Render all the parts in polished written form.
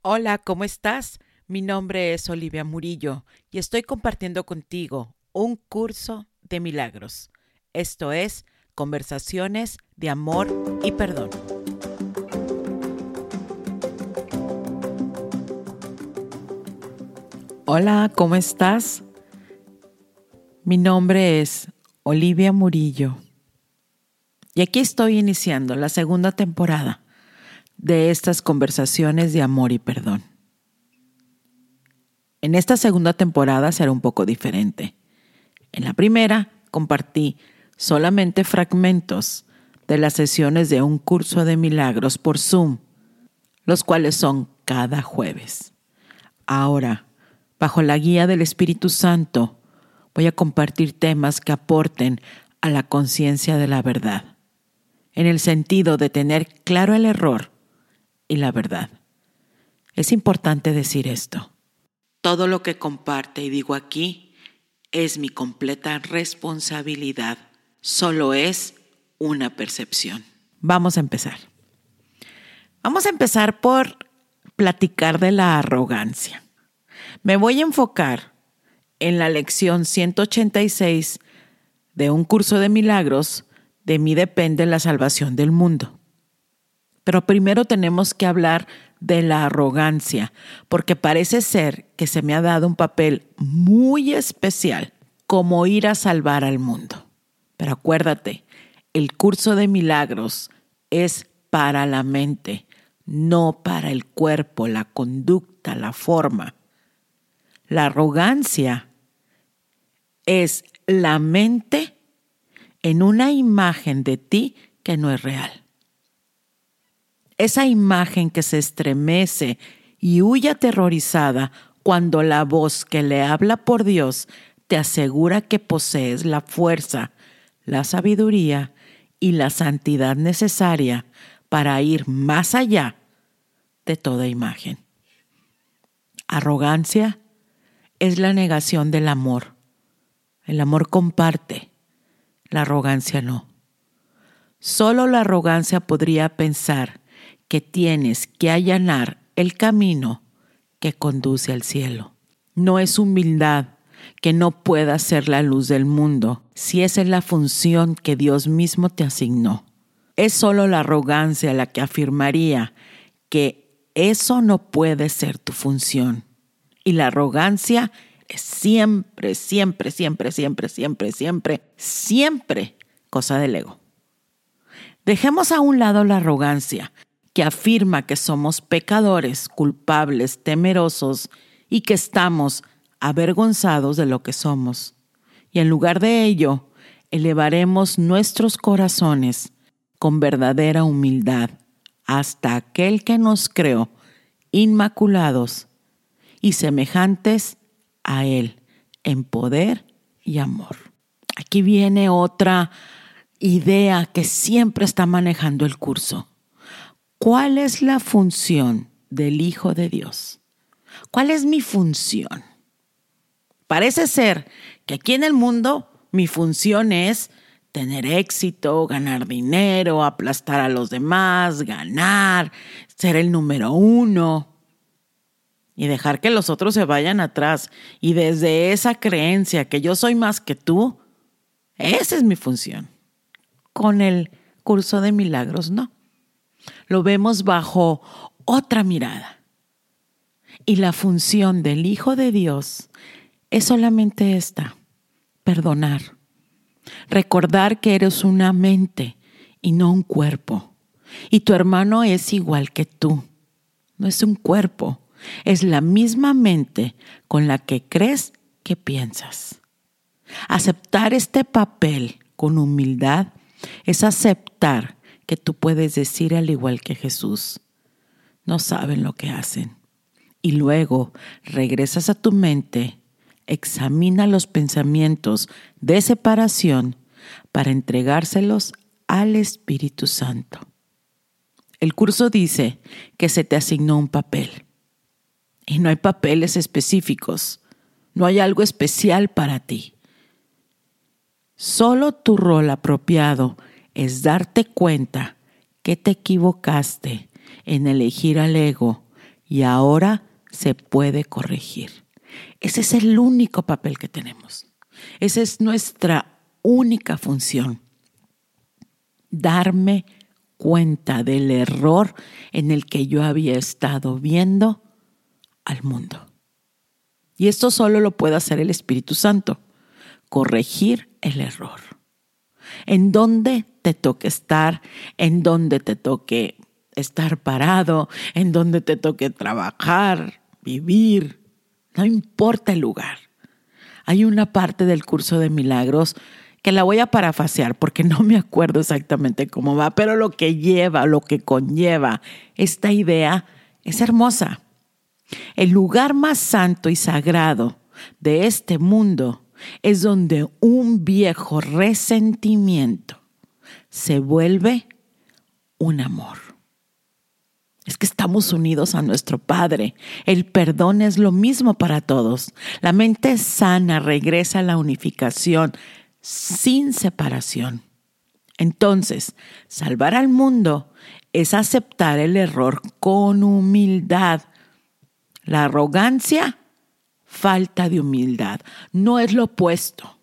Hola, ¿cómo estás? Mi nombre es Olivia Murillo y estoy compartiendo contigo un curso de milagros. Esto es Conversaciones de Amor y Perdón. Hola, ¿cómo estás? Mi nombre es Olivia Murillo y aquí estoy iniciando la segunda temporada de estas Conversaciones de Amor y Perdón. En esta segunda temporada será un poco diferente. En la primera compartí solamente fragmentos de las sesiones de un curso de milagros por Zoom, los cuales son cada jueves. Ahora, bajo la guía del Espíritu Santo, voy a compartir temas que aporten a la conciencia de la verdad, en el sentido de tener claro el error y la verdad. Es importante decir esto. Todo lo que comparte y digo aquí es mi completa responsabilidad. Solo es una percepción. Vamos a empezar. Vamos a empezar por platicar de la arrogancia. Me voy a enfocar en la lección 186 de un curso de milagros. De mí depende la salvación del mundo. Pero primero tenemos que hablar de la arrogancia, porque parece ser que se me ha dado un papel muy especial, como ir a salvar al mundo. Pero acuérdate, el curso de milagros es para la mente, no para el cuerpo, la conducta, la forma. La arrogancia es la mente en una imagen de ti que no es real. Esa imagen que se estremece y huye aterrorizada cuando la voz que le habla por Dios te asegura que posees la fuerza, la sabiduría y la santidad necesaria para ir más allá de toda imagen. Arrogancia es la negación del amor. El amor comparte, la arrogancia no. Solo la arrogancia podría pensar que tienes que allanar el camino que conduce al cielo. No es humildad que no puedas ser la luz del mundo si esa es la función que Dios mismo te asignó. Es solo la arrogancia la que afirmaría que eso no puede ser tu función. Y la arrogancia es siempre, siempre, siempre, siempre, siempre, siempre, siempre cosa del ego. Dejemos a un lado la arrogancia, que afirma que somos pecadores, culpables, temerosos y que estamos avergonzados de lo que somos. Y en lugar de ello, elevaremos nuestros corazones con verdadera humildad hasta aquel que nos creó inmaculados y semejantes a Él en poder y amor. Aquí viene otra idea que siempre está manejando el curso. ¿Cuál es la función del Hijo de Dios? ¿Cuál es mi función? Parece ser que aquí en el mundo mi función es tener éxito, ganar dinero, aplastar a los demás, ganar, ser el número uno y dejar que los otros se vayan atrás. Y desde esa creencia que yo soy más que tú, esa es mi función. Con el curso de milagros no. Lo vemos bajo otra mirada. Y la función del Hijo de Dios es solamente esta: perdonar. Recordar que eres una mente y no un cuerpo. Y tu hermano es igual que tú. No es un cuerpo, es la misma mente con la que crees que piensas. Aceptar este papel con humildad es aceptar que tú puedes decir al igual que Jesús: no saben lo que hacen. Y luego regresas a tu mente, examina los pensamientos de separación para entregárselos al Espíritu Santo. El curso dice que se te asignó un papel. Y no hay papeles específicos. No hay algo especial para ti. Solo tu rol apropiado es darte cuenta que te equivocaste en elegir al ego y ahora se puede corregir. Ese es el único papel que tenemos. Esa es nuestra única función. Darme cuenta del error en el que yo había estado viendo al mundo. Y esto solo lo puede hacer el Espíritu Santo. Corregir el error. En donde te toque estar, en donde te toque estar parado, en donde te toque trabajar, vivir, no importa el lugar. Hay una parte del curso de milagros que la voy a parafrasear porque no me acuerdo exactamente cómo va, pero lo que conlleva esta idea es hermosa. El lugar más santo y sagrado de este mundo es donde un viejo resentimiento se vuelve un amor. Es que estamos unidos a nuestro Padre. El perdón es lo mismo para todos. La mente sana regresa a la unificación sin separación. Entonces, salvar al mundo es aceptar el error con humildad. La arrogancia, falta de humildad. No es lo opuesto.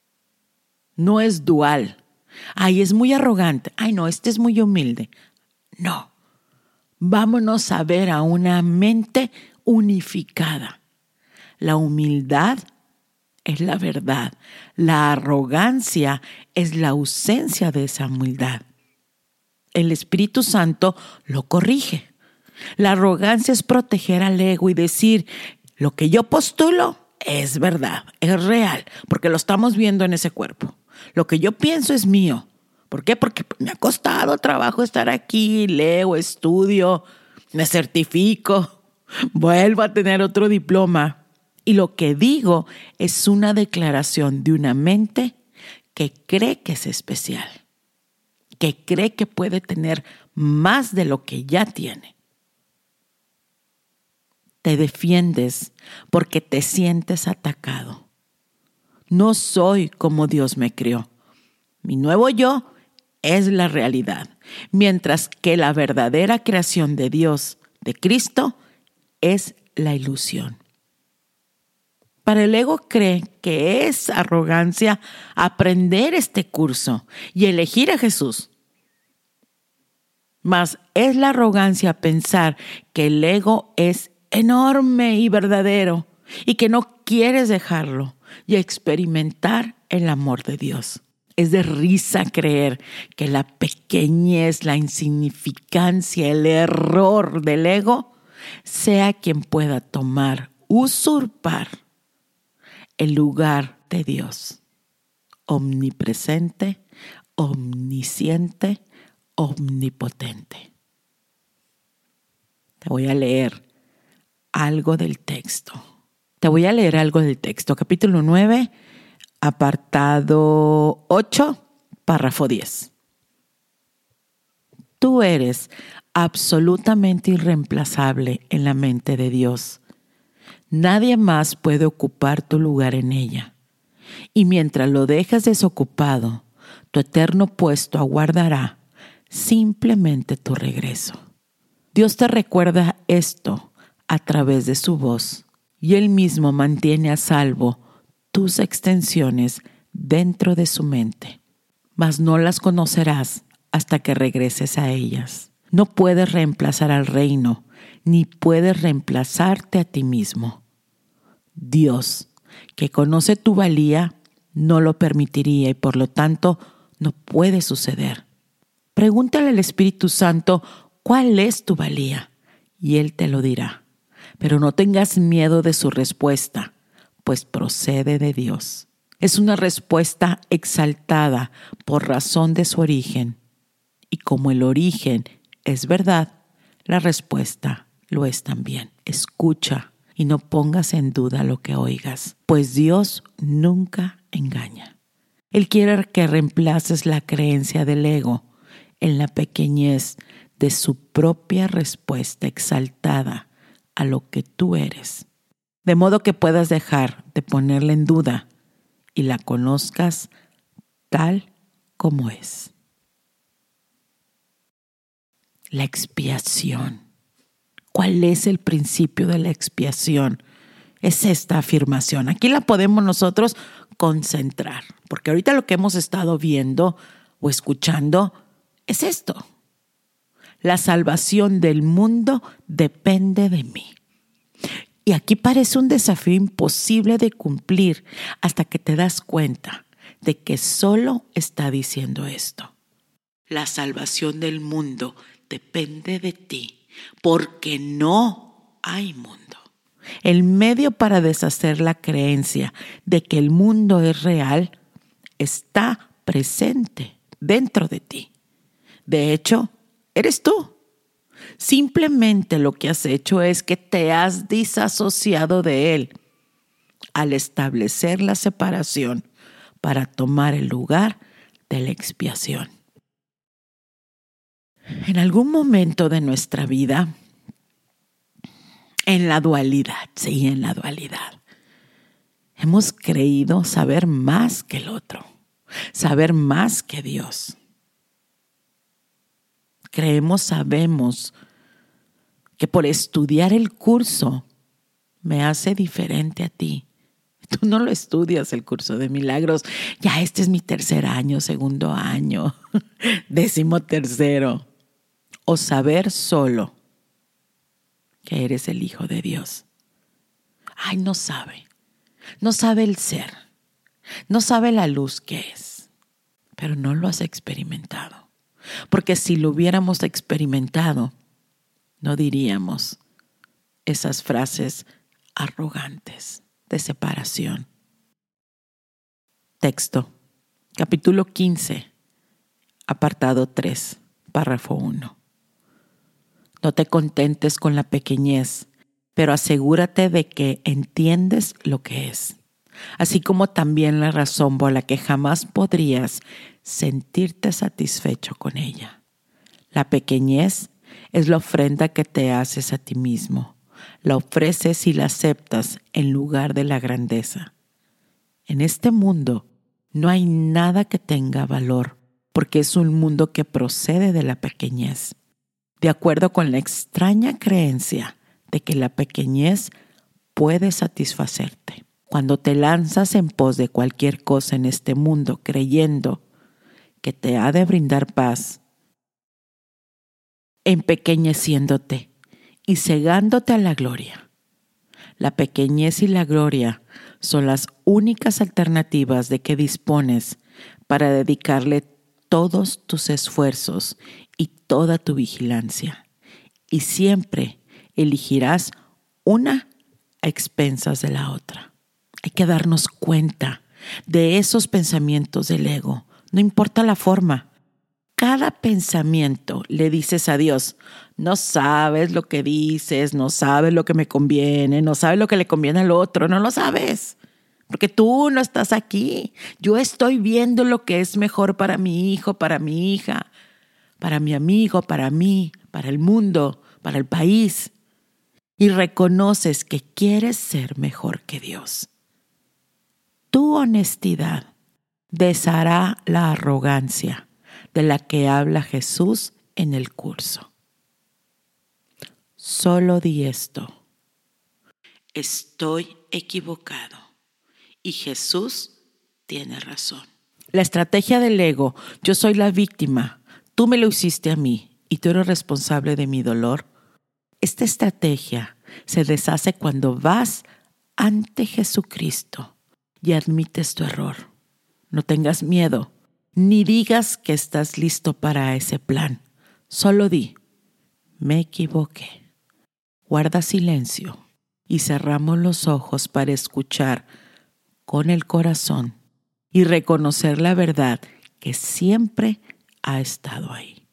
No es dual. Ay, es muy arrogante. Ay, no, este es muy humilde. No. Vámonos a ver a una mente unificada. La humildad es la verdad. La arrogancia es la ausencia de esa humildad. El Espíritu Santo lo corrige. La arrogancia es proteger al ego y decir, lo que yo postulo es verdad, es real, porque lo estamos viendo en ese cuerpo. Lo que yo pienso es mío. ¿Por qué? Porque me ha costado trabajo estar aquí, leo, estudio, me certifico, vuelvo a tener otro diploma. Y lo que digo es una declaración de una mente que cree que es especial, que cree que puede tener más de lo que ya tiene. Te defiendes porque te sientes atacado. No soy como Dios me creó. Mi nuevo yo es la realidad, mientras que la verdadera creación de Dios, de Cristo, es la ilusión. Para el ego cree que es arrogancia aprender este curso y elegir a Jesús. Mas es la arrogancia pensar que el ego es enorme y verdadero y que no quieres dejarlo y experimentar el amor de Dios. Es de risa creer que la pequeñez, la insignificancia, el error del ego sea quien pueda tomar, usurpar el lugar de Dios, omnipresente, omnisciente, omnipotente. Te voy a leer algo del texto. Capítulo 9, apartado 8, párrafo 10. Tú eres absolutamente irreemplazable en la mente de Dios. Nadie más puede ocupar tu lugar en ella. Y mientras lo dejes desocupado, tu eterno puesto aguardará simplemente tu regreso. Dios te recuerda esto a través de su voz, y Él mismo mantiene a salvo tus extensiones dentro de su mente, mas no las conocerás hasta que regreses a ellas. No puedes reemplazar al reino, ni puedes reemplazarte a ti mismo. Dios, que conoce tu valía, no lo permitiría y por lo tanto no puede suceder. Pregúntale al Espíritu Santo cuál es tu valía y Él te lo dirá. Pero no tengas miedo de su respuesta, pues procede de Dios. Es una respuesta exaltada por razón de su origen. Y como el origen es verdad, la respuesta lo es también. Escucha y no pongas en duda lo que oigas, pues Dios nunca engaña. Él quiere que reemplaces la creencia del ego en la pequeñez de su propia respuesta exaltada a lo que tú eres, de modo que puedas dejar de ponerla en duda y la conozcas tal como es. La expiación. ¿Cuál es el principio de la expiación? Es esta afirmación. Aquí la podemos nosotros concentrar, porque ahorita lo que hemos estado viendo o escuchando es esto. La salvación del mundo depende de mí. Y aquí parece un desafío imposible de cumplir hasta que te das cuenta de que solo está diciendo esto. La salvación del mundo depende de ti, porque no hay mundo. El medio para deshacer la creencia de que el mundo es real está presente dentro de ti. De hecho, eres tú. Simplemente lo que has hecho es que te has disasociado de él al establecer la separación para tomar el lugar de la expiación. En algún momento de nuestra vida, en la dualidad, hemos creído saber más que el otro, saber más que Dios. Sabemos que por estudiar el curso me hace diferente a ti. Tú no lo estudias el curso de milagros. Ya este es mi 3er año, 2º año, 13º. O saber solo que eres el Hijo de Dios. Ay, no sabe el ser, no sabe la luz que es, pero no lo has experimentado. Porque si lo hubiéramos experimentado, no diríamos esas frases arrogantes de separación. Texto, capítulo 15, apartado 3, párrafo 1. No te contentes con la pequeñez, pero asegúrate de que entiendes lo que es, así como también la razón por la que jamás podrías sentirte satisfecho con ella. La pequeñez es la ofrenda que te haces a ti mismo. La ofreces y la aceptas en lugar de la grandeza. En este mundo no hay nada que tenga valor, porque es un mundo que procede de la pequeñez. De acuerdo con la extraña creencia de que la pequeñez puede satisfacerte. Cuando te lanzas en pos de cualquier cosa en este mundo creyendo que te ha de brindar paz, empequeñeciéndote y cegándote a la gloria. La pequeñez y la gloria son las únicas alternativas de que dispones para dedicarle todos tus esfuerzos y toda tu vigilancia. Y siempre elegirás una a expensas de la otra. Hay que darnos cuenta de esos pensamientos del ego. No importa la forma. Cada pensamiento le dices a Dios, no sabes lo que dices, no sabes lo que me conviene, no sabes lo que le conviene al otro, no lo sabes. Porque tú no estás aquí. Yo estoy viendo lo que es mejor para mi hijo, para mi hija, para mi amigo, para mí, para el mundo, para el país. Y reconoces que quieres ser mejor que Dios. Tu honestidad deshará la arrogancia de la que habla Jesús en el curso. Solo di esto. Estoy equivocado y Jesús tiene razón. La estrategia del ego, yo soy la víctima, tú me lo hiciste a mí y tú eres responsable de mi dolor. Esta estrategia se deshace cuando vas ante Jesucristo y admites tu error. No tengas miedo, ni digas que estás listo para ese plan. Solo di, me equivoqué. Guarda silencio y cerramos los ojos para escuchar con el corazón y reconocer la verdad que siempre ha estado ahí.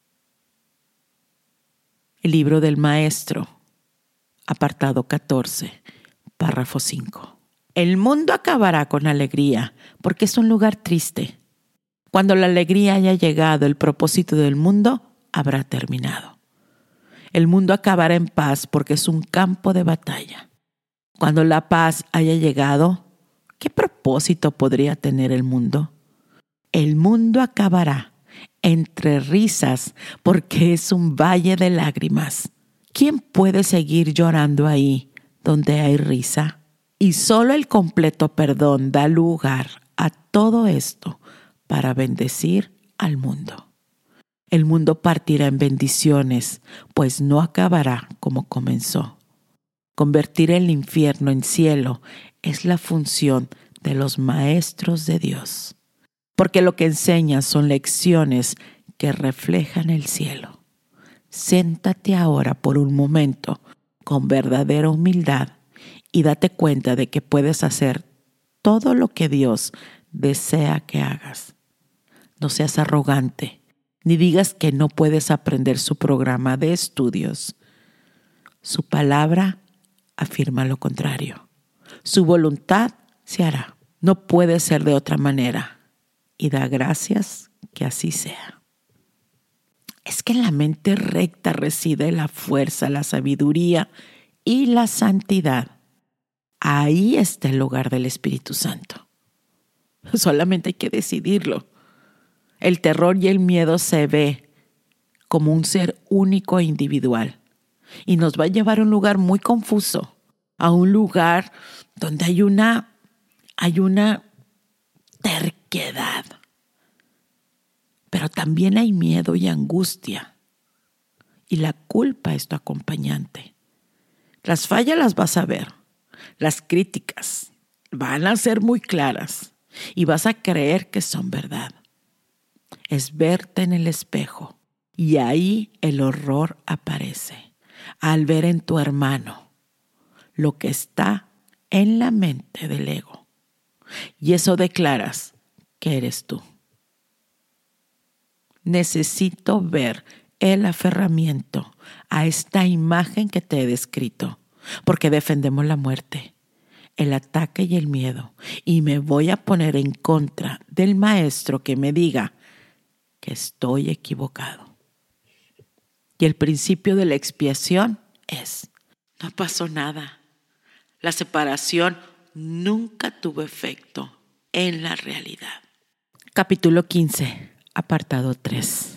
El libro del Maestro, apartado 14, párrafo 5. El mundo acabará con alegría porque es un lugar triste. Cuando la alegría haya llegado, el propósito del mundo habrá terminado. El mundo acabará en paz porque es un campo de batalla. Cuando la paz haya llegado, ¿qué propósito podría tener el mundo? El mundo acabará entre risas porque es un valle de lágrimas. ¿Quién puede seguir llorando ahí donde hay risa? Y solo el completo perdón da lugar a todo esto para bendecir al mundo. El mundo partirá en bendiciones, pues no acabará como comenzó. Convertir el infierno en cielo es la función de los maestros de Dios, porque lo que enseñan son lecciones que reflejan el cielo. Siéntate ahora por un momento con verdadera humildad y date cuenta de que puedes hacer todo lo que Dios desea que hagas. No seas arrogante, ni digas que no puedes aprender su programa de estudios. Su palabra afirma lo contrario. Su voluntad se hará. No puede ser de otra manera. Y da gracias que así sea. Es que en la mente recta reside la fuerza, la sabiduría y la santidad. Ahí está el lugar del Espíritu Santo. Solamente hay que decidirlo. El terror y el miedo se ve como un ser único e individual y nos va a llevar a un lugar muy confuso, a un lugar donde hay una terquedad, pero también hay miedo y angustia y la culpa es tu acompañante. Las fallas las vas a ver, las críticas van a ser muy claras y vas a creer que son verdad. Es verte en el espejo y ahí el horror aparece al ver en tu hermano lo que está en la mente del ego. Y eso declaras que eres tú. Necesito ver el aferramiento a esta imagen que te he descrito, porque defendemos la muerte, el ataque y el miedo, y me voy a poner en contra del maestro que me diga que estoy equivocado. Y el principio de la expiación es: no pasó nada. La separación nunca tuvo efecto en la realidad. Capítulo 15, apartado 3.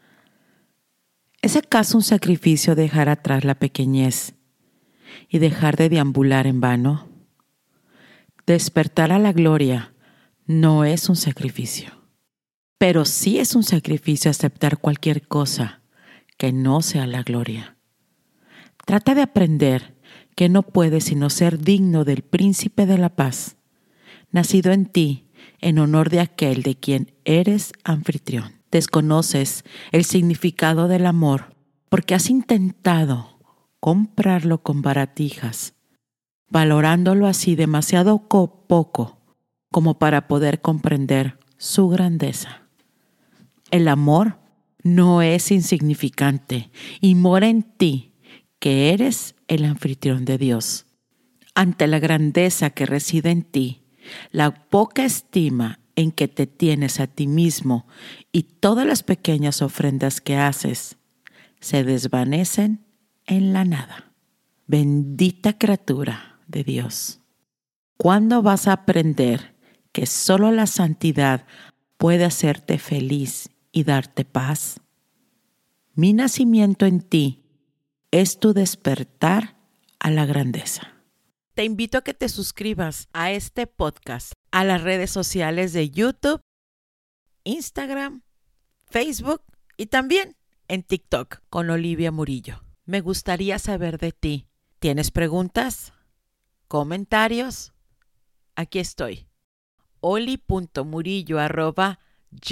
¿Es acaso un sacrificio dejar atrás la pequeñez y dejar de deambular en vano? Despertar a la gloria no es un sacrificio, pero sí es un sacrificio aceptar cualquier cosa que no sea la gloria. Trata de aprender que no puedes sino ser digno del príncipe de la paz, nacido en ti en honor de aquel de quien eres anfitrión. Desconoces el significado del amor porque has intentado comprarlo con baratijas, valorándolo así demasiado poco como para poder comprender su grandeza. El amor no es insignificante y mora en ti, que eres el anfitrión de Dios. Ante la grandeza que reside en ti, la poca estima en que te tienes a ti mismo y todas las pequeñas ofrendas que haces se desvanecen en la nada. Bendita criatura de Dios. ¿Cuándo vas a aprender que solo la santidad puede hacerte feliz y darte paz? Mi nacimiento en ti es tu despertar a la grandeza. Te invito a que te suscribas a este podcast, a las redes sociales de YouTube, Instagram, Facebook y también en TikTok con Olivia Murillo. Me gustaría saber de ti. ¿Tienes preguntas? ¿Comentarios? Aquí estoy.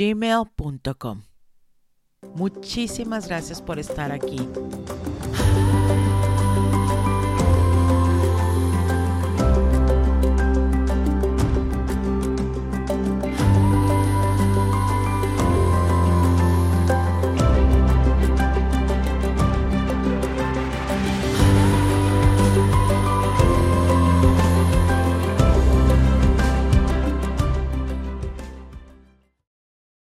oli.murillo@gmail.com. Muchísimas gracias por estar aquí.